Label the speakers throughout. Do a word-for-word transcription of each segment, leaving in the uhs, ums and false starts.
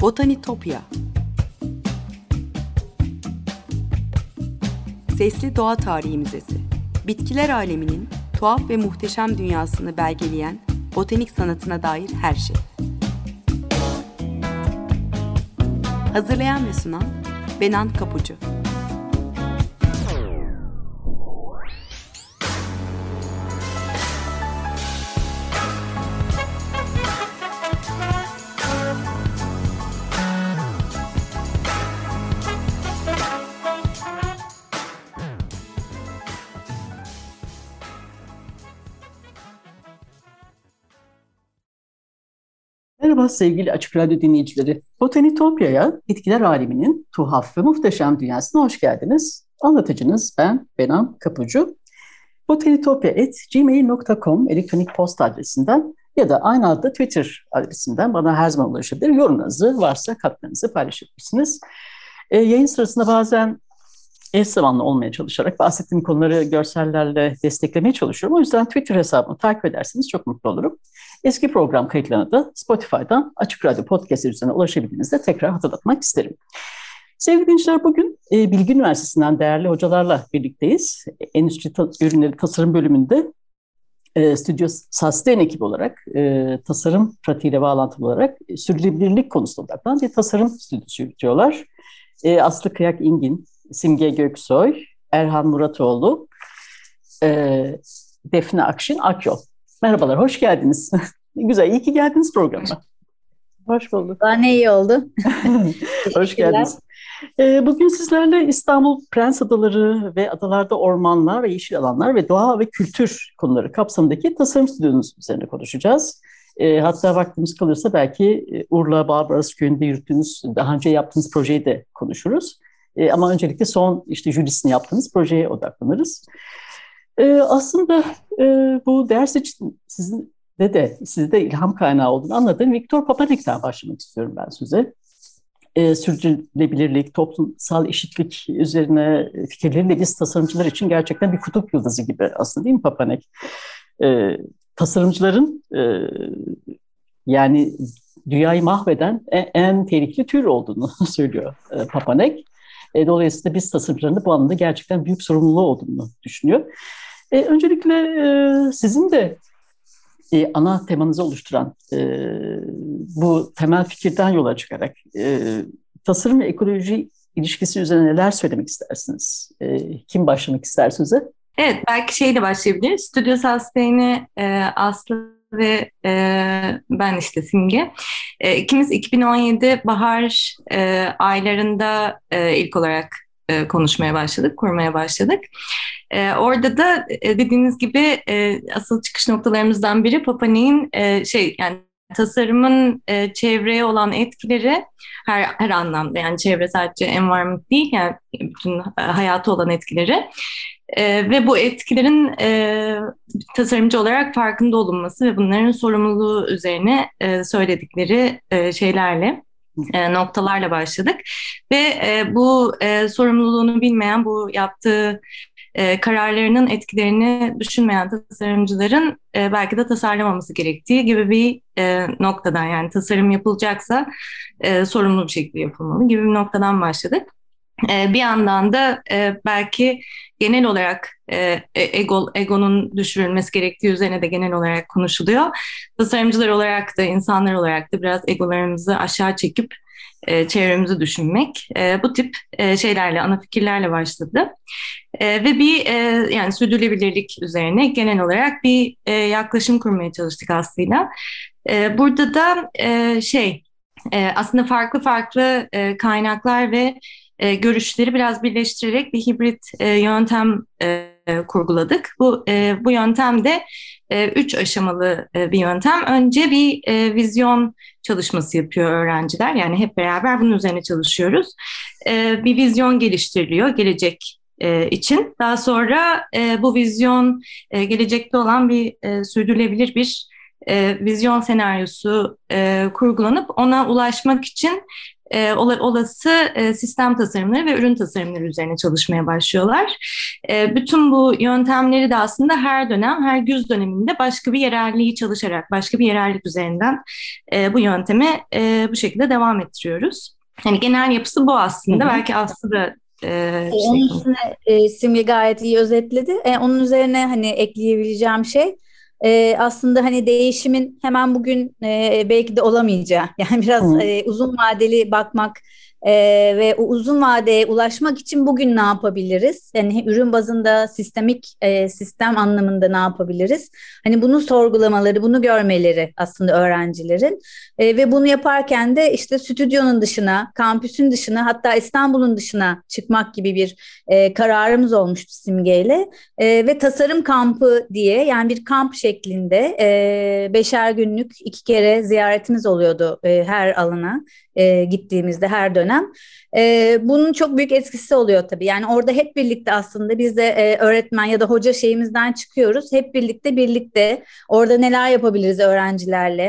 Speaker 1: Botanitopya. Sesli Doğa Tarihi Müzesi. Bitkiler aleminin tuhaf ve muhteşem dünyasını belgeleyen botanik sanatına dair her şey. Hazırlayan ve sunan Benan Kapucu.
Speaker 2: Merhaba sevgili Açık Radyo dinleyicileri. Botanitopya'ya, bitkiler aleminin tuhaf ve muhteşem dünyasına hoş geldiniz. Anlatıcınız ben, Benan Kapucu. botanitopya at gmail nokta com elektronik posta adresinden ya da aynı adlı Twitter adresinden bana her zaman ulaşabilir. Yorumlarınızı varsa katkılarınızı paylaşabilirsiniz. E, yayın sırasında bazen eş zamanlı olmaya çalışarak bahsettiğim konuları görsellerle desteklemeye çalışıyorum. O yüzden Twitter hesabımı takip ederseniz çok mutlu olurum. Eski program kayıtlarına da Spotify'dan Açık Radyo Podcast üzerinden ulaşabildiğinizde tekrar hatırlatmak isterim. Sevgili dinleyiciler, bugün e, Bilgi Üniversitesi'nden değerli hocalarla birlikteyiz. Endüstri ta- Ürünleri Tasarım bölümünde e, Stüdyo Sustain ekibi olarak e, tasarım pratiğiyle bağlantılı olarak e, sürdürülebilirlik konusunda odaklanan bir tasarım stüdyosu yürütüyorlar. E, Aslı Kıyak İngin, Simge Göksoy, Erhan Muratoğlu, e, Defne Akşin Akyol. Merhabalar, hoş geldiniz. Güzel, iyi ki geldiniz programa.
Speaker 3: Hoş bulduk. Daha ne iyi oldu.
Speaker 2: Hoş geldiniz. E, bugün sizlerle İstanbul Prens Adaları ve adalarda ormanlar ve yeşil alanlar ve doğa ve kültür konuları kapsamındaki tasarım stüdyonuz üzerine konuşacağız. E, hatta vaktimiz kalırsa belki Urla, Barbaros Köyü'nde yürüttüğünüz, daha önce yaptığınız projeyi de konuşuruz. E, ama öncelikle son işte jürisini yaptığınız projeye odaklanırız. E, aslında e, bu ders için sizin de de sizde ilham kaynağı olduğunu anladığım Viktor Papanik'ten başlamak istiyorum ben size. E, sürdürülebilirlik, toplumsal eşitlik üzerine fikirleriyle biz tasarımcılar için gerçekten bir kutup yıldızı gibi aslında, değil mi Papanik? E, tasarımcıların e, yani dünyayı mahveden en, en tehlikeli tür olduğunu söylüyor e, Papanik. E, dolayısıyla biz tasarımcıların da bu anlamda gerçekten büyük sorumluluğu olduğunu düşünüyor. E, öncelikle e, sizin de e, ana temanızı oluşturan e, bu temel fikirden yola çıkarak e, tasarım ve ekoloji ilişkisi üzerine neler söylemek istersiniz? E, kim başlamak ister söze?
Speaker 4: Evet, belki şeyle başlayabiliriz. Stüdyo Sustain'i e, Aslı ve e, ben işte Simge. E, ikimiz iki bin on yedi bahar e, aylarında e, ilk olarak e, konuşmaya başladık, kurmaya başladık. E, orada da e, dediğiniz gibi e, asıl çıkış noktalarımızdan biri Papanik'in e, şey yani tasarımın e, çevreye olan etkileri her her anlamda, yani çevre sadece environment değil, yani bütün e, hayatı olan etkileri. Ee, ve bu etkilerin e, tasarımcı olarak farkında olunması ve bunların sorumluluğu üzerine e, söyledikleri e, şeylerle, e, noktalarla başladık. Ve e, bu e, sorumluluğunu bilmeyen, bu yaptığı e, kararlarının etkilerini düşünmeyen tasarımcıların e, belki de tasarlamaması gerektiği gibi bir e, noktadan, yani tasarım yapılacaksa e, sorumlu bir şekilde yapılmalı gibi bir noktadan başladık. Bir yandan da belki genel olarak ego, egonun düşürülmesi gerektiği üzerine de genel olarak konuşuluyor. Tasarımcılar olarak da, insanlar olarak da biraz egolarımızı aşağı çekip çevremizi düşünmek, bu tip şeylerle, ana fikirlerle başladı. Ve bir yani sürdürülebilirlik üzerine genel olarak bir yaklaşım kurmaya çalıştık aslında. Burada da şey aslında farklı farklı kaynaklar ve E, görüşleri biraz birleştirerek bir hibrit e, yöntem e, kurguladık. Bu e, bu yöntem de e, üç aşamalı e, bir yöntem. Önce bir e, vizyon çalışması yapıyor öğrenciler. Yani hep beraber bunun üzerine çalışıyoruz. E, bir vizyon geliştiriliyor gelecek e, için. Daha sonra e, bu vizyon e, gelecekte olan bir e, sürdürülebilir bir e, vizyon senaryosu e, kurgulanıp ona ulaşmak için e, olası e, sistem tasarımları ve ürün tasarımları üzerine çalışmaya başlıyorlar. E, bütün bu yöntemleri de aslında her dönem, her güz döneminde başka bir yerelliği çalışarak, başka bir yerellik üzerinden e, bu yöntemi e, bu şekilde devam ettiriyoruz. Yani genel yapısı bu aslında. Hı hı. Belki Aslı da e,
Speaker 3: onun şey üstüne e, Simge gayet iyi özetledi. E, onun üzerine hani ekleyebileceğim şey e, aslında hani değişimin hemen bugün e, belki de olamayacağı. Yani biraz e, uzun vadeli bakmak e, ve o uzun vadeye ulaşmak için bugün ne yapabiliriz? Yani ürün bazında sistemik e, sistem anlamında ne yapabiliriz? Hani bunu sorgulamaları, bunu görmeleri aslında öğrencilerin. E, ve bunu yaparken de işte stüdyonun dışına, kampüsün dışına, hatta İstanbul'un dışına çıkmak gibi bir e, kararımız olmuştu Simge'yle. E, ve tasarım kampı diye, yani bir kamp şeklinde e, beşer günlük iki kere ziyaretimiz oluyordu e, her alana e, gittiğimizde her dönem. E, bunun çok büyük etkisi oluyor tabii. Yani orada hep birlikte aslında biz de e, öğretmen ya da hoca şeyimizden çıkıyoruz. Hep birlikte birlikte orada neler yapabiliriz öğrencilerle.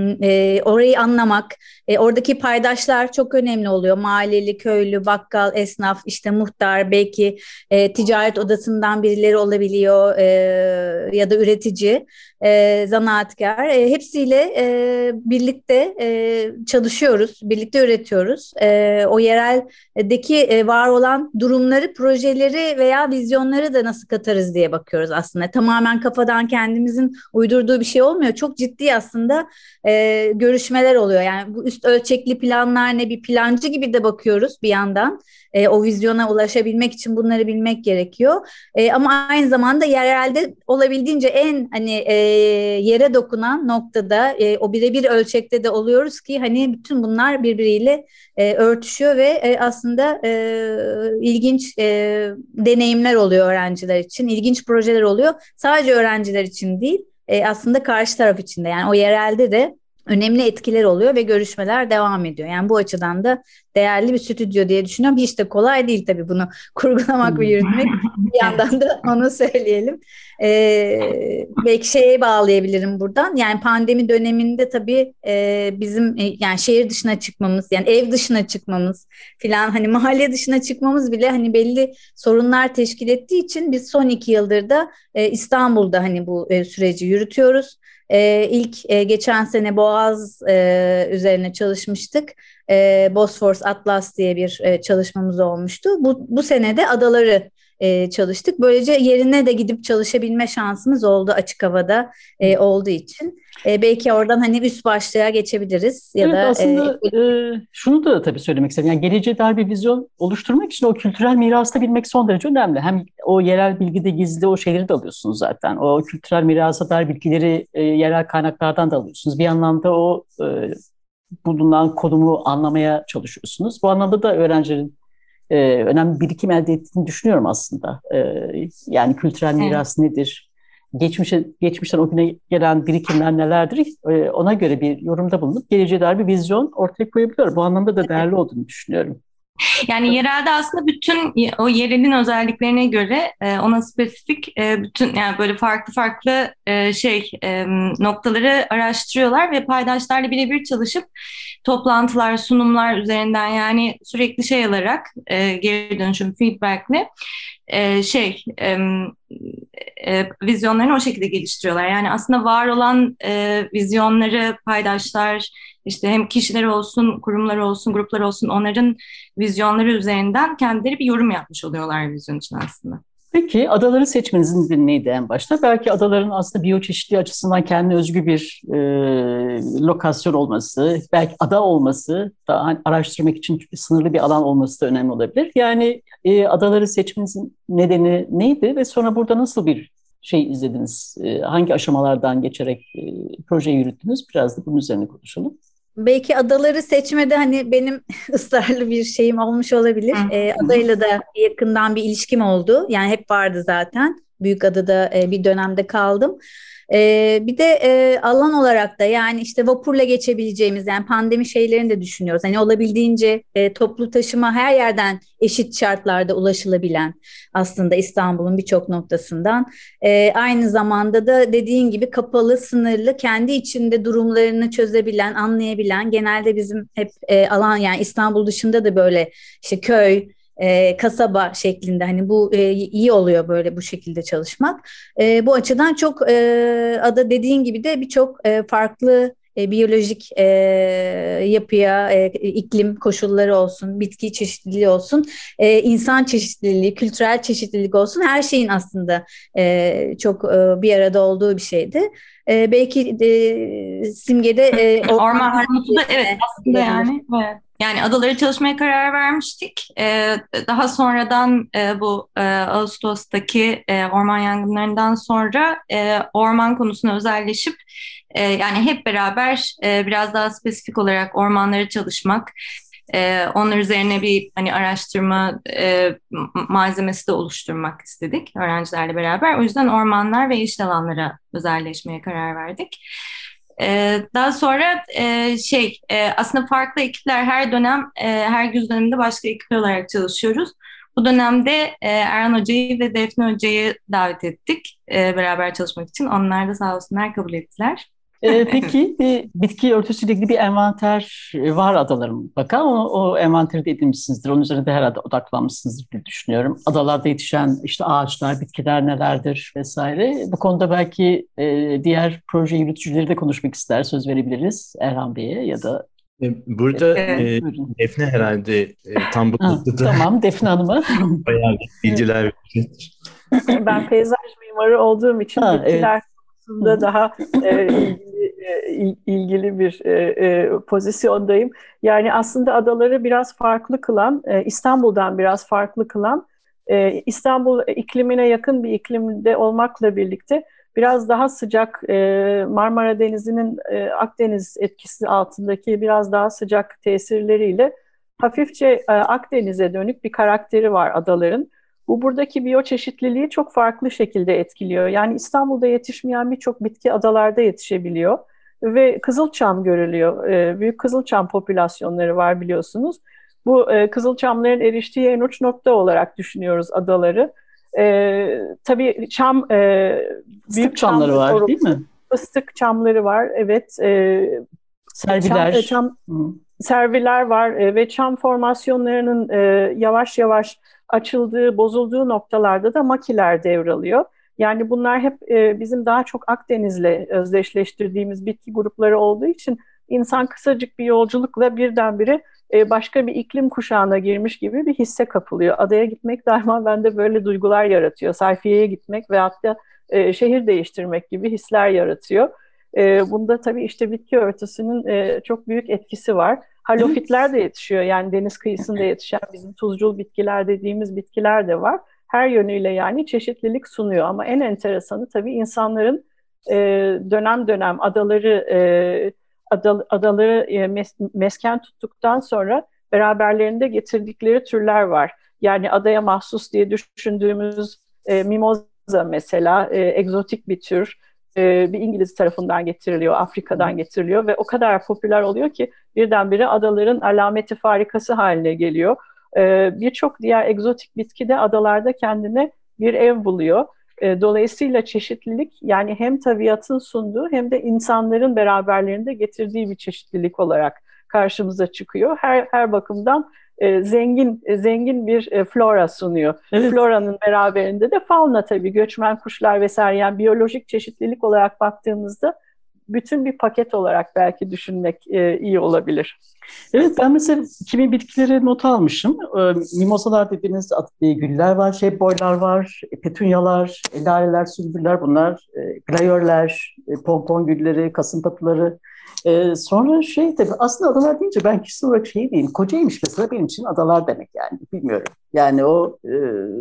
Speaker 3: E, orayı anlamak, e, oradaki paydaşlar çok önemli oluyor. Mahalleli, köylü, bakkal, esnaf, işte muhtar, belki e, ticaret odasından birileri olabiliyor e, ya da üretici, e, zanaatkar. E, hepsiyle e, birlikte e, çalışıyoruz, birlikte üretiyoruz. E, o yereldeki e, var olan durumları, projeleri veya vizyonları da nasıl katarız diye bakıyoruz aslında. Tamamen kafadan kendimizin uydurduğu bir şey olmuyor. Çok ciddi aslında e, görüşmeler oluyor. Yani bu üst ölçekli planlar ne, bir plancı gibi de bakıyoruz bir yandan. E, o vizyona ulaşabilmek için bunları bilmek gerekiyor. E, ama aynı zamanda yerelde olabildiğince en hani e, yere dokunan noktada e, o birebir ölçekte de oluyoruz ki hani bütün bunlar birbiriyle e, örtüşüyor ve e, aslında e, ilginç e, deneyimler oluyor öğrenciler için. İlginç projeler oluyor. Sadece öğrenciler için değil, e, aslında karşı taraf için de, yani o yerelde de önemli etkiler oluyor ve görüşmeler devam ediyor. Yani bu açıdan da değerli bir stüdyo diye düşünüyorum. Hiç de kolay değil tabii bunu kurgulamak ve yürütmek. Bir yandan da onu söyleyelim. Ee, belki şeye bağlayabilirim buradan. Yani pandemi döneminde tabii e, bizim e, yani şehir dışına çıkmamız, yani ev dışına çıkmamız filan, hani mahalle dışına çıkmamız bile hani belli sorunlar teşkil ettiği için biz son iki yıldır da e, İstanbul'da hani bu e, süreci yürütüyoruz. Ee, ilk e, geçen sene Boğaz e, üzerine çalışmıştık. E, Bosphorus Atlas diye bir e, çalışmamız olmuştu. Bu, bu sene de adaları e, çalıştık. Böylece yerine de gidip çalışabilme şansımız oldu açık havada e, olduğu için. E, belki oradan hani üst başlığa geçebiliriz. Ya
Speaker 2: evet,
Speaker 3: da
Speaker 2: aslında
Speaker 3: e,
Speaker 2: e, şunu da tabii söylemek istedim. Yani geleceğe dair bir vizyon oluşturmak için o kültürel mirası da bilmek son derece önemli. Hem o yerel bilgide gizli o şeyleri de alıyorsunuz zaten. O kültürel mirasa dair bilgileri e, yerel kaynaklardan da alıyorsunuz. Bir anlamda o e, bulunan konumu anlamaya çalışıyorsunuz. Bu anlamda da öğrencilerin e, önemli birikim elde ettiğini düşünüyorum aslında. E, yani kültürel miras evet. nedir? Geçmişe, geçmişten o güne gelen birikimler nelerdir? E, ona göre bir yorumda bulunup geleceğe dair bir vizyon ortaya koyabiliyor. Bu anlamda da değerli olduğunu düşünüyorum.
Speaker 4: Yani yerelde aslında bütün o yerelin özelliklerine göre ona spesifik bütün, yani böyle farklı farklı şey noktaları araştırıyorlar ve paydaşlarla birebir çalışıp toplantılar, sunumlar üzerinden, yani sürekli şey alarak, geri dönüşüm, feedback'le şey vizyonlarını o şekilde geliştiriyorlar. Yani aslında var olan vizyonları paydaşlar, İşte hem kişiler olsun, kurumlar olsun, gruplar olsun, onların vizyonları üzerinden kendileri bir yorum yapmış oluyorlar vizyon için aslında.
Speaker 2: Peki adaları seçmenizin nedeni neydi en başta? Belki adaların aslında biyoçeşitliği açısından kendine özgü bir e, lokasyon olması, belki ada olması, daha hani araştırmak için sınırlı bir alan olması da önemli olabilir. Yani e, adaları seçmenizin nedeni neydi ve sonra burada nasıl bir şey izlediniz? E, hangi aşamalardan geçerek e, projeyi yürüttünüz? Biraz da bunun üzerine konuşalım.
Speaker 3: Belki adaları seçmede hani benim ısrarlı bir şeyim olmuş olabilir. E, adayla da yakından bir ilişkim oldu. Yani hep vardı zaten. Büyükada'da e, bir dönemde kaldım. Ee, bir de e, alan olarak da yani işte vapurla geçebileceğimiz yani pandemi şeylerini de düşünüyoruz. Hani olabildiğince e, toplu taşıma her yerden eşit şartlarda ulaşılabilen aslında İstanbul'un birçok noktasından. E, aynı zamanda da dediğin gibi kapalı, sınırlı, kendi içinde durumlarını çözebilen, anlayabilen genelde bizim hep e, alan yani İstanbul dışında da böyle işte köy, e, kasaba şeklinde hani bu e, iyi oluyor böyle bu şekilde çalışmak. E, bu açıdan çok e, ada dediğin gibi de birçok e, farklı e, biyolojik e, yapıya, e, iklim koşulları olsun, bitki çeşitliliği olsun, e, insan çeşitliliği, kültürel çeşitlilik olsun her şeyin aslında e, çok e, bir arada olduğu bir şeydi. E, belki de, Simge'de e,
Speaker 4: orman konusu da evet aslında yani evet. Yani adaları çalışmaya karar vermiştik. Ee, daha sonradan e, bu e, Ağustos'taki e, orman yangınlarından sonra e, orman konusuna özelleşip e, yani hep beraber e, biraz daha spesifik olarak ormanları çalışmak, e, onlar üzerine bir hani araştırma e, malzemesi de oluşturmak istedik öğrencilerle beraber. O yüzden ormanlar ve yeşil alanlara özelleşmeye karar verdik. Ee, daha sonra e, şey e, aslında farklı ekipler her dönem e, her güz döneminde başka ekipler olarak çalışıyoruz. Bu dönemde e, Erhan Hoca'yı ve Defne Hoca'yı davet ettik e, beraber çalışmak için. Onlar da sağ olsunlar kabul ettiler.
Speaker 2: Ee, peki bir bitki örtüsüyle ilgili bir envanter var adaların mutlaka. O, o envanteri de edinmişsinizdir. Onun üzerine de herhalde odaklanmışsınızdır diye düşünüyorum. Adalarda yetişen işte ağaçlar, bitkiler nelerdir vesaire. Bu konuda belki e, diğer proje yürütücüleri de konuşmak ister. Söz verebiliriz Erhan Bey'e ya da...
Speaker 5: Burada evet. e, Defne herhalde e, tam bu noktada.
Speaker 2: Tamam, Defne Hanım'a.
Speaker 5: Bayağı bilgiler verir.
Speaker 6: Ben peyzaj mimarı olduğum için ha, bitkiler konusunda evet. daha e, ilgili, e, ilgili bir e, e, pozisyondayım. Yani aslında adaları biraz farklı kılan, e, İstanbul'dan biraz farklı kılan, e, İstanbul iklimine yakın bir iklimde olmakla birlikte biraz daha sıcak e, Marmara Denizi'nin e, Akdeniz etkisi altındaki biraz daha sıcak tesirleriyle hafifçe e, Akdeniz'e dönük bir karakteri var adaların. Bu buradaki biyoçeşitliliği çok farklı şekilde etkiliyor. Yani İstanbul'da yetişmeyen birçok bitki adalarda yetişebiliyor ve kızılçam görülüyor. E, büyük kızılçam popülasyonları var biliyorsunuz. Bu e, kızılçamların eriştiği en uç nokta olarak düşünüyoruz adaları. Ee, tabii çam e, büyük
Speaker 2: çamları çam, var doğru, değil mi?
Speaker 6: Fıstık çamları var, evet. E,
Speaker 2: serviler,
Speaker 6: çam, çam, serviler var e, ve çam formasyonlarının e, yavaş yavaş açıldığı, bozulduğu noktalarda da makiler devralıyor. Yani bunlar hep e, bizim daha çok Akdeniz'le özdeşleştirdiğimiz bitki grupları olduğu için insan kısacık bir yolculukla birdenbire başka bir iklim kuşağına girmiş gibi bir hisse kapılıyor. Adaya gitmek daima bende böyle duygular yaratıyor. Sayfiyeye gitmek ve hatta e, şehir değiştirmek gibi hisler yaratıyor. E, bunda tabii işte bitki örtüsünün e, çok büyük etkisi var. Halofitler de yetişiyor. Yani deniz kıyısında yetişen bizim tuzcul bitkiler dediğimiz bitkiler de var. Her yönüyle yani çeşitlilik sunuyor. Ama en enteresanı tabii insanların e, dönem dönem adaları e, adaları mes mesken tuttuktan sonra beraberlerinde getirdikleri türler var. Yani adaya mahsus diye düşündüğümüz e, mimoza mesela e, egzotik bir tür e, bir İngiliz tarafından getiriliyor, Afrika'dan getiriliyor ve o kadar popüler oluyor ki birdenbire adaların alameti farikası haline geliyor. E, Birçok diğer egzotik bitki de adalarda kendine bir ev buluyor. Dolayısıyla çeşitlilik yani hem tabiatın sunduğu hem de insanların beraberlerinde getirdiği bir çeşitlilik olarak karşımıza çıkıyor. Her her bakımdan e, zengin e, zengin bir e, flora sunuyor. Evet. Floranın beraberinde de fauna tabii göçmen kuşlar vesaire yani biyolojik çeşitlilik olarak baktığımızda bütün bir paket olarak belki düşünmek e, iyi olabilir.
Speaker 2: Evet ben mesela kimi bitkileri not almışım. E, mimosalar dediğiniz e, güller var, şebboylar var, petunyalar, laleler, sümbüller bunlar, e, glayörler, e, pompon gülleri, kasımpatıları. E, sonra şey tabii aslında adalar deyince ben kişisel olarak şey diyeyim, Kocaeli'miş mesela benim için adalar demek yani bilmiyorum. Yani o e,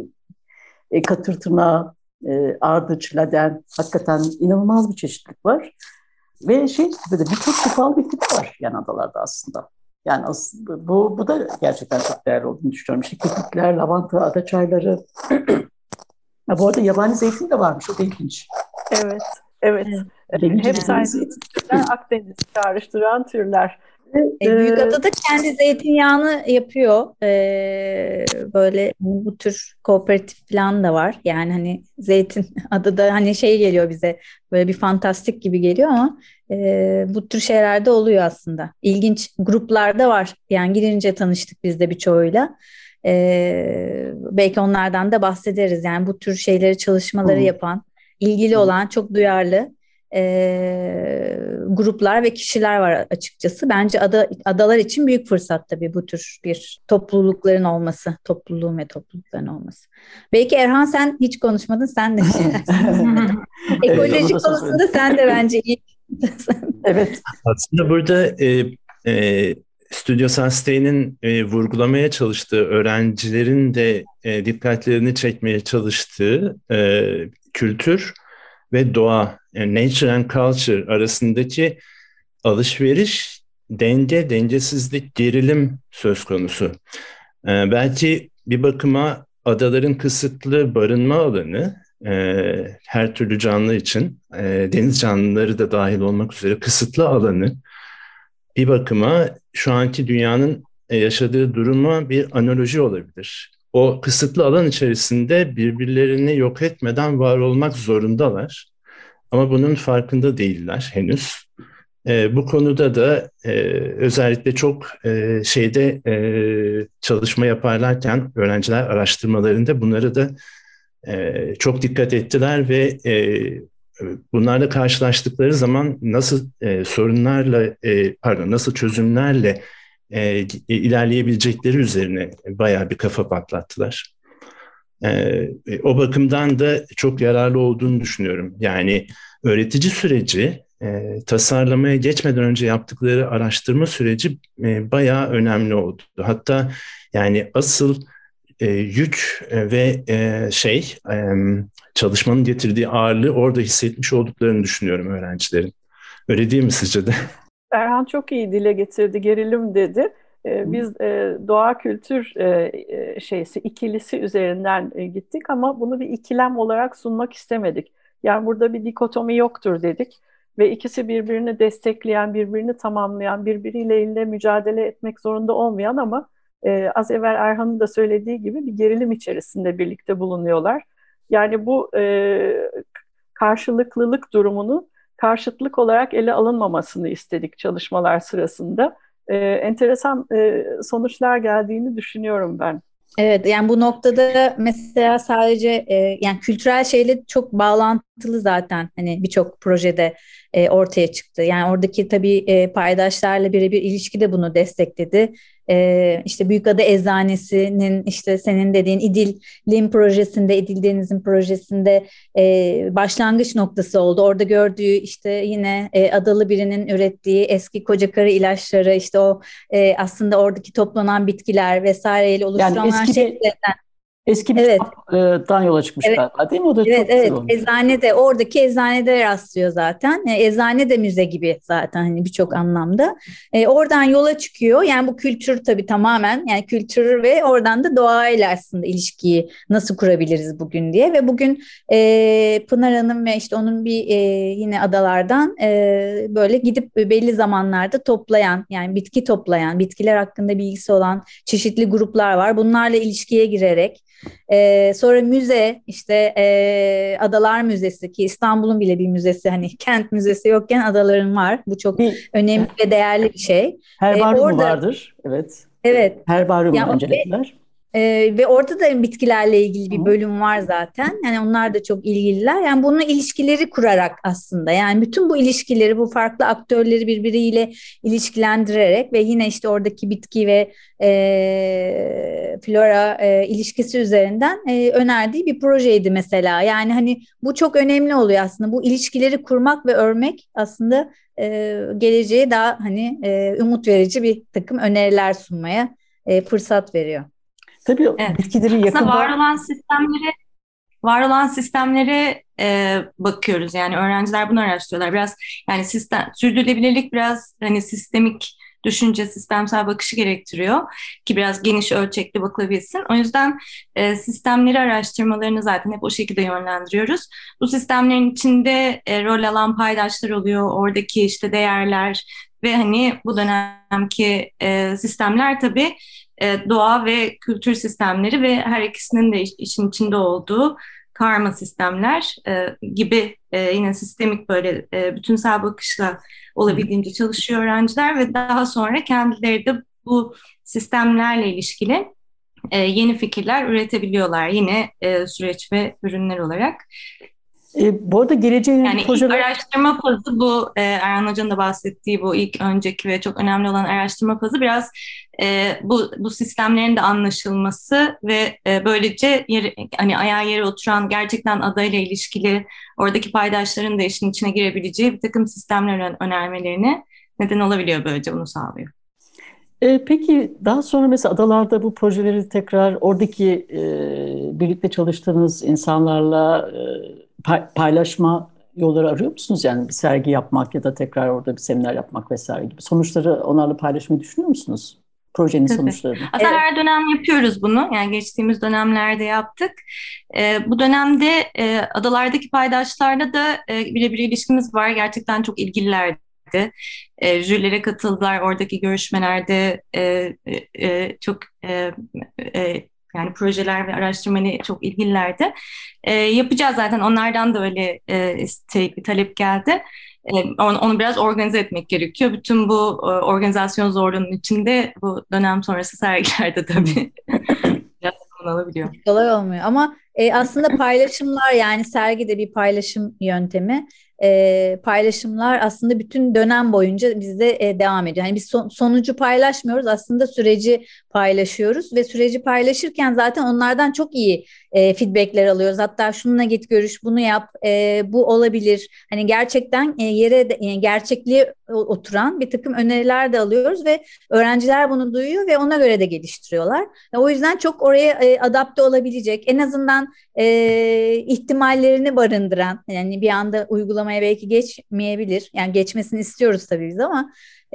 Speaker 2: e, katır tırnağı, e, ardıç, laden hakikaten inanılmaz bir çeşitlilik var. Ve şey böyle birçok şifalı bitki de var yani adalarda aslında. Yani aslında bu, bu da gerçekten çok değerli olduğunu düşünüyorum. İşte kekikler, lavanta, ada çayları. Ha, bu arada yabani zeytin de varmış, o da ilginç.
Speaker 6: Evet, evet.
Speaker 2: evet.
Speaker 6: Hep aynı Akdeniz çağrıştıran türler.
Speaker 3: E, Büyükada'da kendi zeytinyağını yapıyor. Ee, böyle bu tür kooperatif falan da var. Yani hani zeytin adı da hani şey geliyor bize, böyle bir fantastik gibi geliyor ama e, bu tür şeyler de oluyor aslında. İlginç gruplarda var. Yani girince tanıştık biz de birçoğuyla. Ee, belki onlardan da bahsederiz. Yani bu tür şeyleri, çalışmaları
Speaker 2: Hmm.
Speaker 3: yapan, ilgili olan, çok duyarlı e, gruplar ve kişiler var açıkçası. Bence ada, adalar için büyük fırsat tabii bu tür bir toplulukların olması, topluluğun ve toplulukların olması. Belki Erhan, sen hiç konuşmadın, sen de şey ekoloji konusunda sen de bence iyi.
Speaker 2: Evet.
Speaker 5: Aslında burada e, e, Stüdyo Sustain'in e, vurgulamaya çalıştığı, öğrencilerin de e, dikkatlerini çekmeye çalıştığı e, kültür ve doğa, yani nature and culture arasındaki alışveriş, denge, dengesizlik, gerilim söz konusu. Ee, belki bir bakıma adaların kısıtlı barınma alanı, e, her türlü canlı için, e, deniz canlıları da dahil olmak üzere kısıtlı alanı, bir bakıma şu anki dünyanın e, yaşadığı duruma bir analoji olabilir. O kısıtlı alan içerisinde birbirlerini yok etmeden var olmak zorundalar. Ama bunun farkında değiller henüz. E, bu konuda da e, özellikle çok e, şeyde e, çalışma yaparlarken öğrenciler araştırmalarında bunları da e, çok dikkat ettiler ve e, bunlarla karşılaştıkları zaman nasıl e, sorunlarla e, pardon nasıl çözümlerle e, ilerleyebilecekleri üzerine bayağı bir kafa patlattılar. E, o bakımdan da çok yararlı olduğunu düşünüyorum. Yani öğretici süreci, e, tasarlamaya geçmeden önce yaptıkları araştırma süreci e, bayağı önemli oldu. Hatta yani asıl e, yük ve e, şey e, çalışmanın getirdiği ağırlığı orada hissetmiş olduklarını düşünüyorum öğrencilerin. Öyle değil mi sizce de?
Speaker 6: Erhan çok iyi dile getirdi, gerilim dedi. Ee, biz e, doğa kültür e, e, şeysi ikilisi üzerinden e, gittik ama bunu bir ikilem olarak sunmak istemedik. Yani burada bir dikotomi yoktur dedik ve ikisi birbirini destekleyen, birbirini tamamlayan, birbiriyle mücadele etmek zorunda olmayan ama e, az evvel Erhan'ın da söylediği gibi bir gerilim içerisinde birlikte bulunuyorlar. Yani bu e, karşılıklılık durumunu karşıtlık olarak ele alınmamasını istedik çalışmalar sırasında. Ee, enteresan e, sonuçlar geldiğini düşünüyorum ben.
Speaker 3: Evet, yani bu noktada mesela sadece e, yani kültürel şeyle çok bağlantılı zaten hani birçok projede e, ortaya çıktı. Yani oradaki tabii e, paydaşlarla birebir ilişki de bunu destekledi. E, işte Büyükada Eczanesi'nin işte senin dediğin İdil'in projesinde, İdil Deniz'in projesinde e, başlangıç noktası oldu. Orada gördüğü işte yine e, adalı birinin ürettiği eski kocakarı ilaçları, işte o e, aslında oradaki toplanan bitkiler vesaireyle oluşturulan
Speaker 2: yani eski
Speaker 3: şeylerden.
Speaker 2: Bir, eski bir
Speaker 3: evet.
Speaker 2: kitaptan yola çıkmış
Speaker 3: evet.
Speaker 2: galiba, değil mi? O da
Speaker 3: evet,
Speaker 2: çok
Speaker 3: evet.
Speaker 2: güzel olmuş.
Speaker 3: Eczanede, oradaki eczanede rastlıyor zaten. E, eczane de müze gibi zaten hani birçok anlamda. E, oradan yola çıkıyor. Yani bu kültür tabii tamamen yani kültür ve oradan da doğayla aslında ilişkiyi nasıl kurabiliriz bugün diye. Ve bugün e, Pınar Hanım ve işte onun bir e, yine adalardan e, böyle gidip belli zamanlarda toplayan, yani bitki toplayan, bitkiler hakkında bilgisi olan çeşitli gruplar var. Bunlarla ilişkiye girerek Ee, sonra müze, işte e, Adalar Müzesi, ki İstanbul'un bile bir müzesi, hani kent müzesi yokken adaların var. Bu çok
Speaker 2: bir,
Speaker 3: önemli ve değerli bir şey.
Speaker 2: Herbaryumu
Speaker 3: ee, orada,
Speaker 2: vardır. Evet.
Speaker 3: Evet.
Speaker 2: Herbaryumu
Speaker 3: Yani,
Speaker 2: incelediler.
Speaker 3: Ee, ve orada da bitkilerle ilgili bir bölüm var zaten. Yani onlar da çok ilgililer. Yani bunun ilişkileri kurarak aslında, yani bütün bu ilişkileri, bu farklı aktörleri birbiriyle ilişkilendirerek ve yine işte oradaki bitki ve e, flora e, ilişkisi üzerinden e, önerdiği bir projeydi mesela. Yani hani bu çok önemli oluyor aslında. Bu ilişkileri kurmak ve örmek aslında e, geleceğe daha hani e, umut verici bir takım öneriler sunmaya e, fırsat veriyor.
Speaker 2: Tabii
Speaker 4: evet.
Speaker 2: bitkileri yakında...
Speaker 4: Aslında var olan sistemlere, var olan sistemlere e, bakıyoruz. Yani öğrenciler bunu araştırıyorlar. Biraz yani sistem, sürdürülebilirlik biraz hani sistemik düşünce, sistemsel bakışı gerektiriyor ki biraz geniş ölçekli bakılabilsin. O yüzden e, sistemleri araştırmalarını zaten hep o şekilde yönlendiriyoruz. Bu sistemlerin içinde e, rol alan paydaşlar oluyor, oradaki işte değerler ve hani bu dönemki e, sistemler tabii e, doğa ve kültür sistemleri ve her ikisinin de iş, işin içinde olduğu karma sistemler e, gibi e, yine sistemik böyle e, bütünsel bakışla olabildiğince çalışıyor öğrenciler ve daha sonra kendileri de bu sistemlerle ilişkili e, yeni fikirler üretebiliyorlar yine e, süreç ve ürünler olarak.
Speaker 2: E, bu arada geleceğe
Speaker 4: yani ilk
Speaker 2: projeler...
Speaker 4: araştırma fazı bu e, Erhan Hoca'nın da bahsettiği bu ilk önceki ve çok önemli olan araştırma fazı biraz e, bu bu sistemlerin de anlaşılması ve e, böylece yeri, hani ayağa yere oturan gerçekten adayla ilişkili oradaki paydaşların da işin içine girebileceği bir takım sistemler önermelerine neden olabiliyor, böylece bunu sağlıyor.
Speaker 2: E, peki daha sonra mesela adalarda bu projeleri tekrar oradaki e, birlikte çalıştığınız insanlarla e, paylaşma yolları arıyor musunuz? Yani bir sergi yapmak ya da tekrar orada bir seminer yapmak vesaire gibi. Sonuçları onlarla paylaşmayı düşünüyor musunuz? Projenin
Speaker 4: Tabii.
Speaker 2: sonuçlarını.
Speaker 4: Aslında
Speaker 3: Evet.
Speaker 4: her dönem yapıyoruz bunu. Yani geçtiğimiz dönemlerde yaptık. Ee, bu dönemde e, adalardaki paydaşlarla da e, birebir ilişkimiz var. Gerçekten çok ilgililerdi. E, jürilere katıldılar. Oradaki görüşmelerde e, e, e, çok e, e, yani projeler ve araştırmaya çok ilgililerdi. E, yapacağız zaten. Onlardan da öyle e, iste, talep geldi. Onu, onu biraz organize etmek gerekiyor. Bütün bu organizasyon zorluğunun içinde bu dönem sonrası sergilerde tabii biraz zaman alabiliyor.
Speaker 3: Kolay olmuyor ama e, aslında paylaşımlar, yani sergi de bir paylaşım yöntemi. E, paylaşımlar aslında bütün dönem boyunca bizde e, devam ediyor. Yani biz son, sonucu paylaşmıyoruz, aslında süreci paylaşıyoruz ve süreci paylaşırken zaten onlardan çok iyi e, feedbackler alıyoruz. Hatta şununla git görüş, bunu yap, e, bu olabilir. Hani gerçekten e, yere de, yani gerçekliğe oturan bir takım öneriler de alıyoruz ve öğrenciler bunu duyuyor ve ona göre de geliştiriyorlar. E, o yüzden çok oraya e, adapte olabilecek, en azından e, ihtimallerini barındıran, yani bir anda uygulamaya belki geçmeyebilir. Yani geçmesini istiyoruz tabii biz ama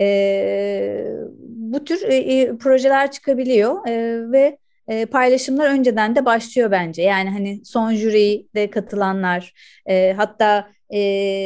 Speaker 3: e, bu tür e, projeler çıkabiliyor e, ve e, paylaşımlar önceden de başlıyor bence. Yani hani son jüride katılanlar, e, hatta e,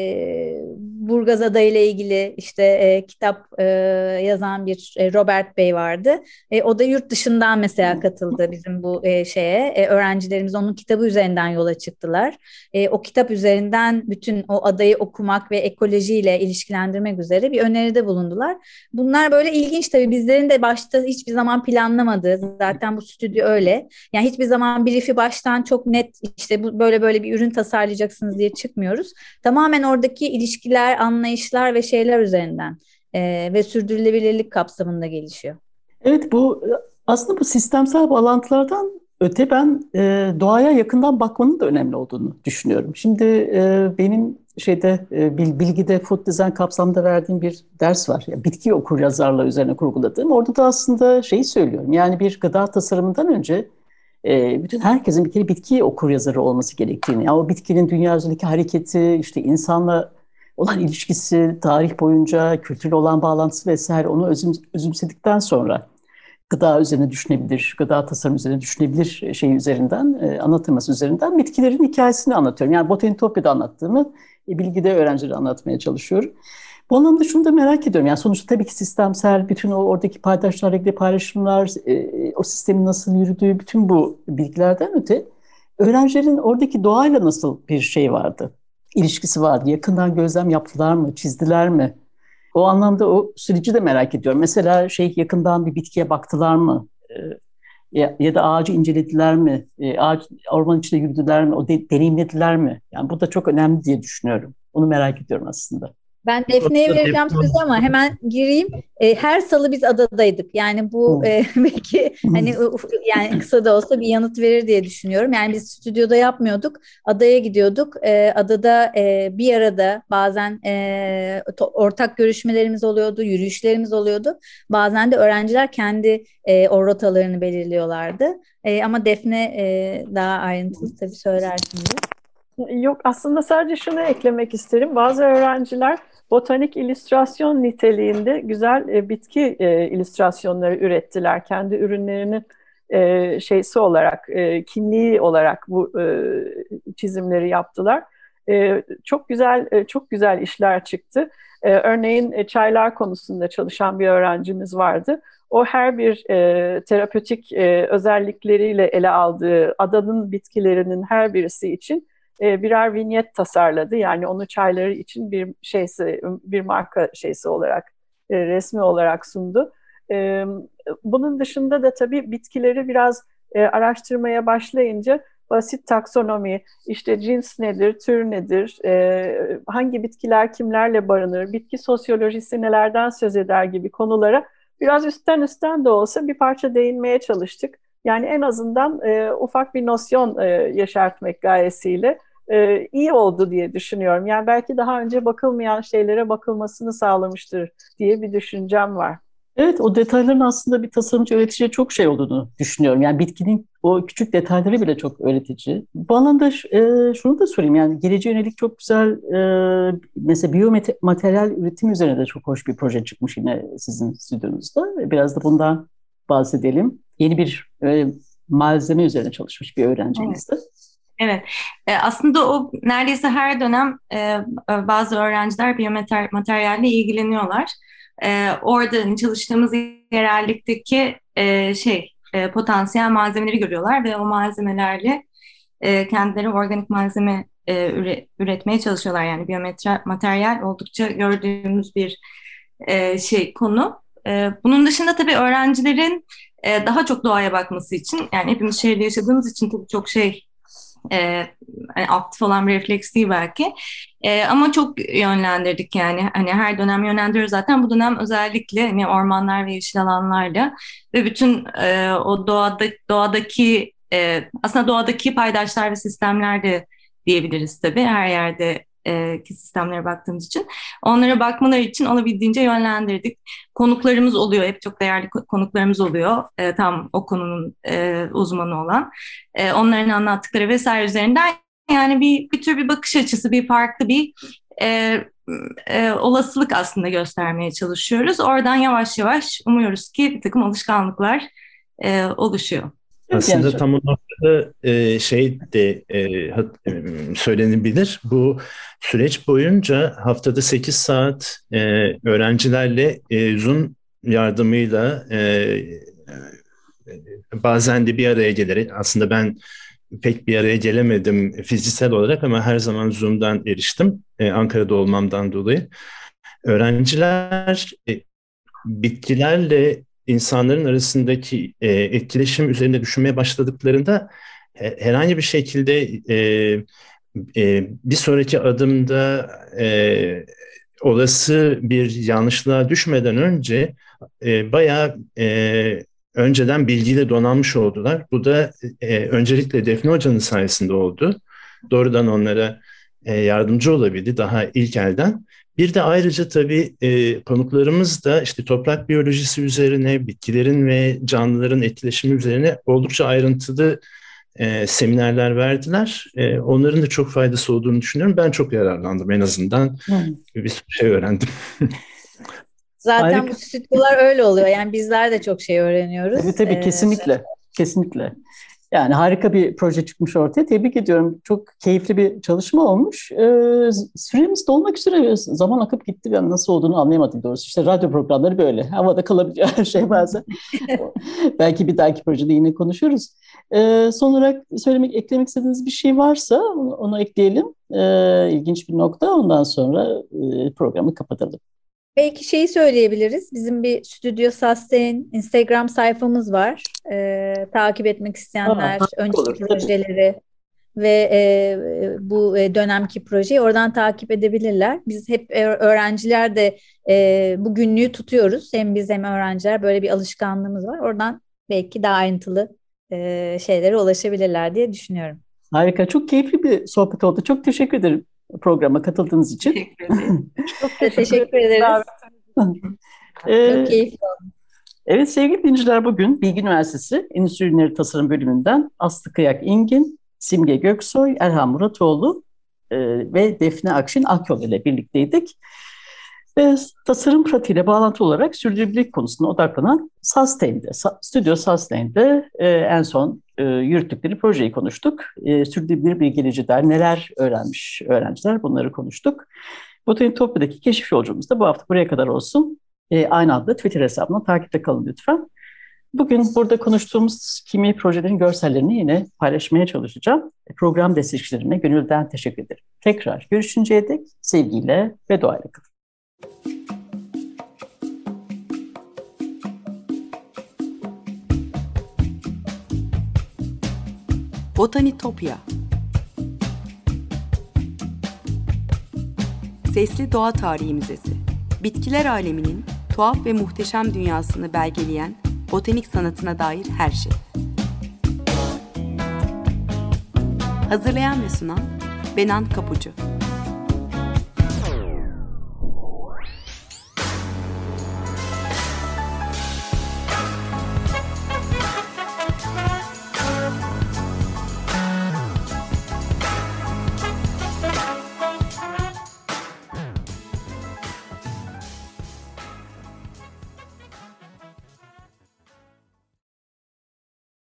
Speaker 3: Burgaz Adayı ile ilgili işte e, kitap e, yazan bir e, Robert Bey vardı. E, o da yurt dışından mesela katıldı bizim bu e, şeye. E, öğrencilerimiz onun kitabı üzerinden yola çıktılar. E, o kitap üzerinden bütün o adayı okumak ve ekolojiyle ilişkilendirmek üzere bir öneride bulundular. Bunlar böyle ilginç tabii. Bizlerin de başta hiçbir zaman planlamadığı, zaten bu stüdyo öyle. Yani hiçbir zaman brief'i baştan çok net işte bu böyle böyle bir ürün tasarlayacaksınız diye çıkmıyoruz. Tamamen oradaki ilişkiler, anlayışlar ve şeyler üzerinden e, ve sürdürülebilirlik kapsamında gelişiyor.
Speaker 2: Evet, bu aslında bu sistemsel bağlantılardan öte ben e, doğaya yakından bakmanın da önemli olduğunu düşünüyorum. Şimdi e, benim şeyde e, bilgide food design kapsamında verdiğim bir ders var. Yani bitki okuryazarlığı üzerine kurguladığım. Orada da aslında şeyi söylüyorum. Yani bir gıda tasarımından önce e, bütün herkesin bir kere bitki okuryazarı olması gerektiğini, yani o bitkinin dünya üzerindeki hareketi, işte insanla olan ilişkisi, tarih boyunca kültürle olan bağlantısı vesaire, onu özüm, özümsedikten sonra gıda üzerine düşünebilir, gıda tasarım üzerine düşünebilir şey üzerinden, e, anlatılması üzerinden bitkilerin hikayesini anlatıyorum. Yani Botanitopya'da anlattığımı e, bilgide öğrencilere anlatmaya çalışıyorum. Bu anlamda şunu da merak ediyorum. Yani sonuçta tabii ki sistemsel, bütün o oradaki paydaşlarla ilgili paylaşımlar, e, o sistemin nasıl yürüdüğü, bütün bu bilgilerden öte öğrencilerin oradaki doğayla nasıl bir şey vardı, ilişkisi vardı. Yakından gözlem yaptılar mı, çizdiler mi? O anlamda o süreci de merak ediyorum. Mesela şey, yakından bir bitkiye baktılar mı? Ee, ya, ya da ağacı incelediler mi? Ee, ağaç, orman içinde yürüdüler mi? O de, deneyimlediler mi? Yani bu da çok önemli diye düşünüyorum. Onu merak ediyorum aslında.
Speaker 3: Ben Defne'ye vereceğim sözü ama hemen gireyim. E, her salı biz adadaydık. Yani bu e, belki hani yani kısa da olsa bir yanıt verir diye düşünüyorum. Yani biz stüdyoda yapmıyorduk. Adaya gidiyorduk. E, adada e, bir arada bazen e, to, ortak görüşmelerimiz oluyordu, yürüyüşlerimiz oluyordu. Bazen de öğrenciler kendi e, o rotalarını belirliyorlardı. E, ama Defne e, daha ayrıntılı tabii söyler şimdi.
Speaker 6: Yok, aslında sadece şunu eklemek isterim. Bazı öğrenciler botanik illüstrasyon niteliğinde güzel e, bitki e, illüstrasyonları ürettiler. Kendi ürünlerinin e, şeysi olarak, e, kimliği olarak bu e, çizimleri yaptılar. E, çok güzel, e, çok güzel işler çıktı. E, örneğin e, çaylar konusunda çalışan bir öğrencimiz vardı. O her bir e, terapötik e, özellikleriyle ele aldığı adanın bitkilerinin her birisi için birer vinyet tasarladı. Yani onu çayları için bir şeysi, bir marka şeysi olarak, resmi olarak sundu. Bunun dışında da tabii bitkileri biraz araştırmaya başlayınca basit taksonomi, işte cins nedir, tür nedir, hangi bitkiler kimlerle barınır, bitki sosyolojisi nelerden söz eder gibi konulara biraz üstten üstten de olsa bir parça değinmeye çalıştık. Yani en azından e, ufak bir nosyon e, yaşartmak gayesiyle e, iyi oldu diye düşünüyorum. Yani belki daha önce bakılmayan şeylere bakılmasını sağlamıştır diye bir düşüncem var.
Speaker 2: Evet, o detayların aslında bir tasarımcı öğreticiye çok şey olduğunu düşünüyorum. Yani bitkinin o küçük detayları bile çok öğretici. Bu alanda e, şunu da sorayım, yani geleceğe yönelik çok güzel e, mesela biyomateryal üretim üzerine de çok hoş bir proje çıkmış yine sizin stüdyonuzda. Biraz da bundan bahsedelim. Yeni bir e, malzeme üzerine çalışmış bir öğrencimiz de.
Speaker 4: Evet. Evet, e, aslında o neredeyse her dönem e, bazı öğrenciler biyomateryalle ilgileniyorlar. E, orada hani çalıştığımız yerellikteki e, şey e, potansiyel malzemeleri görüyorlar ve o malzemelerle e, kendileri organik malzeme e, üre, üretmeye çalışıyorlar. Yani biyomateryal oldukça gördüğümüz bir e, şey konu. E, bunun dışında tabii öğrencilerin e, daha çok doğaya bakması için, yani hepimiz şehirde yaşadığımız için tabii çok şey Ee, yani aktif olan bir refleks değil belki. Ee, ama çok yönlendirdik yani. Hani her dönem yönlendiriyoruz zaten. Bu dönem özellikle hani ormanlar ve yeşil alanlarla ve bütün e, o doğada, doğadaki e, aslında doğadaki paydaşlar ve sistemler de diyebiliriz tabii. Her yerde e, ki sistemlere baktığımız için. Onlara bakmaları için olabildiğince yönlendirdik. Konuklarımız oluyor. Hep çok değerli konuklarımız oluyor. E, tam o konunun e, uzmanı olan. E, onların anlattıkları vesaire üzerinden yani bir, bir tür bir bakış açısı, bir farklı bir e, e, olasılık aslında göstermeye çalışıyoruz. Oradan yavaş yavaş umuyoruz ki bir takım alışkanlıklar e, oluşuyor.
Speaker 5: Aslında yani tam o noktada e, şey de e, söylenebilir. Bu süreç boyunca haftada sekiz saat e, öğrencilerle e, Zoom yardımıyla e, bazen de bir araya gelerek, aslında ben pek bir araya gelemedim fiziksel olarak ama her zaman Zoom'dan eriştim e, Ankara'da olmamdan dolayı. Öğrenciler e, bitkilerle insanların arasındaki e, etkileşim üzerinde düşünmeye başladıklarında he, herhangi bir şekilde e, e, bir sonraki adımda e, olası bir yanlışlığa düşmeden önce e, bayağı e, önceden bilgiyle donanmış oldular. Bu da e, öncelikle Defne Hoca'nın sayesinde oldu. Doğrudan onlara e, yardımcı olabildi daha ilk elden. Bir de ayrıca tabii e, konuklarımız da işte toprak biyolojisi üzerine, bitkilerin ve canlıların etkileşimi üzerine oldukça ayrıntılı e, seminerler verdiler. E, onların da çok faydası olduğunu düşünüyorum. Ben çok yararlandım en azından. Hmm. Bir sürü şey öğrendim.
Speaker 3: Zaten Harika. Bu stüdyolar öyle oluyor. Yani bizler de çok şey öğreniyoruz.
Speaker 2: Tabii tabii, kesinlikle. Ee, kesinlikle. Yani harika bir proje çıkmış ortaya. Tebrik ediyorum. Çok keyifli bir çalışma olmuş. Ee, süremiz dolmak üzere, zaman akıp gitti. Ben nasıl olduğunu anlayamadım doğrusu. İşte radyo programları böyle. Havada kalabiliyor her şey bazen. Belki bir dahaki projede yine konuşuruz. Ee, son olarak söylemek, eklemek istediğiniz bir şey varsa onu, onu ekleyelim. Ee, ilginç bir nokta. Ondan sonra e, programı kapatalım.
Speaker 3: Belki şeyi söyleyebiliriz. Bizim bir Stüdyo Sustain Instagram sayfamız var. Ee, takip etmek isteyenler Aa, önceki olur, projeleri tabii. ve e, bu dönemki projeyi oradan takip edebilirler. Biz hep öğrenciler de e, bu günlüğü tutuyoruz. Hem biz hem öğrenciler, böyle bir alışkanlığımız var. Oradan belki daha ayrıntılı e, şeylere ulaşabilirler diye düşünüyorum.
Speaker 2: Harika. Çok keyifli bir sohbet oldu. Çok teşekkür ederim programa katıldığınız için.
Speaker 3: Teşekkür ederim. Çok teşekkür ederiz.
Speaker 2: ee,
Speaker 3: Çok keyifli oldu.
Speaker 2: Evet sevgili dinleyiciler, bugün Bilgi Üniversitesi Endüstri Ürünleri Tasarım Bölümünden Aslı Kıyak İngin, Simge Göksoy, Erhan Muratoğlu e, ve Defne Akşin Akyol ile birlikteydik. E, tasarım pratiğiyle bağlantı olarak sürdürülebilirlik konusuna odaklanan Sustain'de, Stüdyo Sustain'de e, en son e, yürüttükleri projeyi konuştuk. E, sürdürülebilir bilgiliciler neler öğrenmiş öğrenciler, bunları konuştuk. Botanitopya'daki keşif yolculuğumuz da bu hafta buraya kadar olsun. E, aynı adlı Twitter hesabından takipte kalın lütfen. Bugün burada konuştuğumuz kimi projelerin görsellerini yine paylaşmaya çalışacağım. Program destekçilerime gönülden teşekkür ederim. Tekrar görüşünceye dek sevgiyle ve doğayla kalın.
Speaker 1: Botanitopya. Sesli Doğa Tarihi Müzesi. Bitkiler aleminin tuhaf ve muhteşem dünyasını belgeleyen botanik sanatına dair her şey. Hazırlayan ve sunan Benan Kapucu.